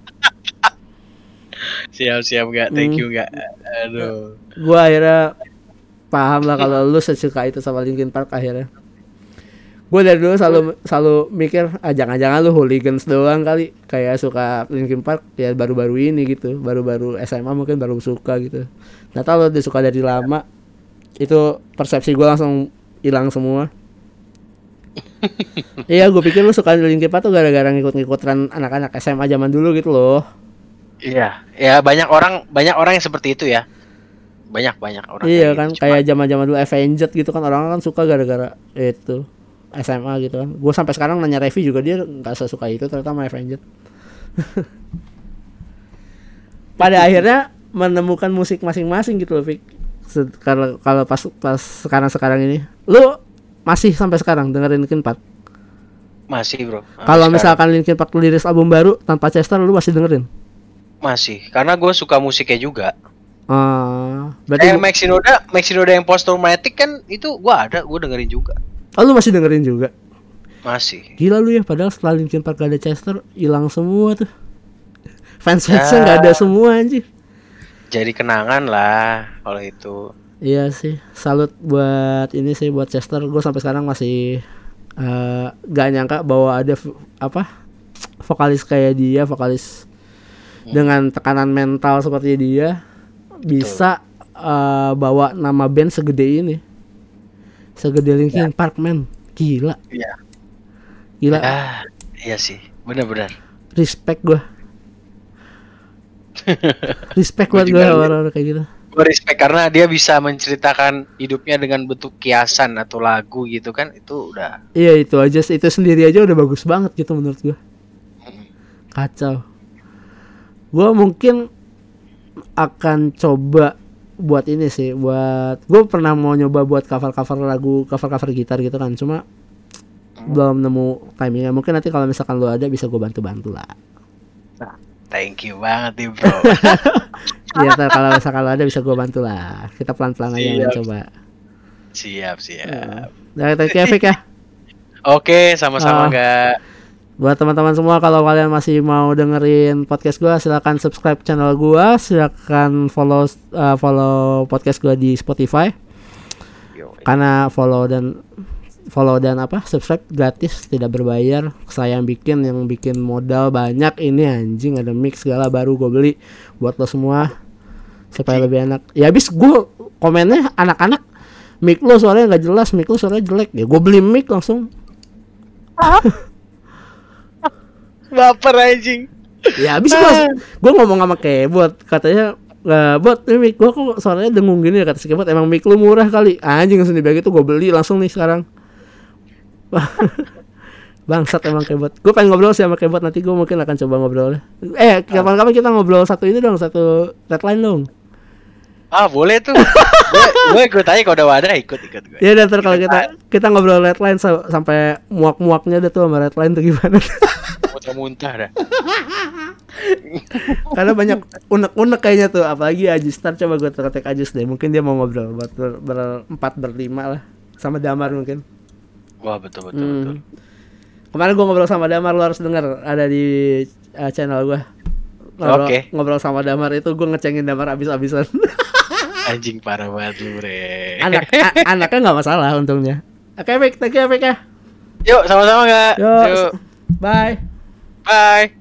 Siap gak, thank you gak. Aduh. Gue akhirnya paham lah kalau lu sesuka itu sama Linkin Park akhirnya. Gue dari dulu selalu mikir, jangan-jangan lu hooligans doang kali, kayak suka Linkin Park ya baru-baru ini gitu, baru-baru SMA mungkin baru suka gitu. Nah tau lu udah suka dari lama, itu persepsi gue langsung hilang semua. Iya, gue pikir lu suka Linkin Park tuh gara-gara ngikut-ngikutan anak-anak SMA zaman dulu gitu loh. Iya, ya banyak orang yang seperti itu ya. Banyak orang. Iya kan, gitu. Kayak zaman-zaman dulu Avenged gitu kan, orang kan suka gara-gara itu SMA gitu kan. Gue sampai sekarang nanya Revi juga, dia nggak sesuka itu ternyata sama Avenged. Pada akhirnya menemukan musik masing-masing gitu loh, Fik. Kalau pas sekarang ini, lu masih sampai sekarang dengerin Linkin Park? Masih, Bro. Kalau misalkan Linkin Park liris album baru tanpa Chester, lu masih dengerin? Masih, karena gue suka musiknya juga. Berarti Max Shinoda yang Post Traumatic kan itu gue dengerin juga. Oh, lu masih dengerin juga? Masih. Gila lu ya, padahal setelah Linkin Park gak ada Chester, hilang semua tuh. Fans-fansnya gak ada semua anjir. Jadi kenangan lah kalau itu. Iya sih, salut buat ini sih, buat Chester. Gue sampai sekarang masih gak nyangka bahwa ada vokalis kayak dia, vokalis dengan tekanan mental seperti dia bisa bawa nama band segede ini, segede Linkin Park, men. Gila. Iya. Gila. Iya sih, benar-benar. Respect gue. Respect buat gue orang-orang kayak gitu. Gue respect karena dia bisa menceritakan hidupnya dengan bentuk kiasan atau lagu gitu kan, itu udah. Iya, itu aja, itu sendiri aja udah bagus banget gitu menurut gue. Kacau. Gue mungkin akan coba buat ini sih, gue pernah mau nyoba buat cover lagu, cover gitar gitu kan, cuma belum nemu timingnya. Mungkin nanti kalau misalkan lu ada bisa gue bantu lah. Thank you banget nih, Bro. Iya, kalau misalkan ada bisa gue bantu lah. Kita pelan-pelan aja mencoba. Siap. Dari thank you, Fik ya. Oke, sama-sama enggak. Buat teman-teman semua, kalau kalian masih mau dengerin podcast gue, silakan subscribe channel gue, silakan follow podcast gue di Spotify. Karena follow dan subscribe gratis, tidak berbayar. Saya yang bikin modal banyak ini, anjing, ada mix segala baru gue beli buat lo semua supaya lebih enak. Ya habis gue komennya anak-anak, mic lo suaranya nggak jelas, mic lo suaranya jelek, ya gue beli mic langsung. Baper anjing. Ya habis gua ngomong sama Kebot, katanya bot, ini mic gua kok suaranya dengung gini ya, kata si Kebot. Emang mic lu murah kali. Anjing langsung dibilang gitu, gua beli langsung nih sekarang. Bangsat emang Kebot. Gue pengen ngobrol sih sama Kebot, nanti gue mungkin akan coba ngobrol. Kapan-kapan kita ngobrol satu redline dong. Ah, boleh tuh. gue ikut aja kalau udah wadah, ikut gue. Ya udah, kalau kita ngobrol redline sampai muak-muaknya deh tuh sama redline tuh gimana. Muntah-muntah dah. Karena banyak unek-unek kayaknya tuh, apalagi Ajistar. Coba gue kontak Ajis deh, mungkin dia mau ngobrol buat berempat berlima lah sama Damar mungkin. Wah, betul. Kemarin gue ngobrol sama Damar, lo harus denger, ada di channel gue. Ngobrol sama Damar itu gue ngecengin Damar abis-abisan. Anjing parah banget lu, Bre. Anaknya nggak masalah untungnya. Oke, baik, thank you ya. Yuk, sama-sama nggak? Yuk. Bye.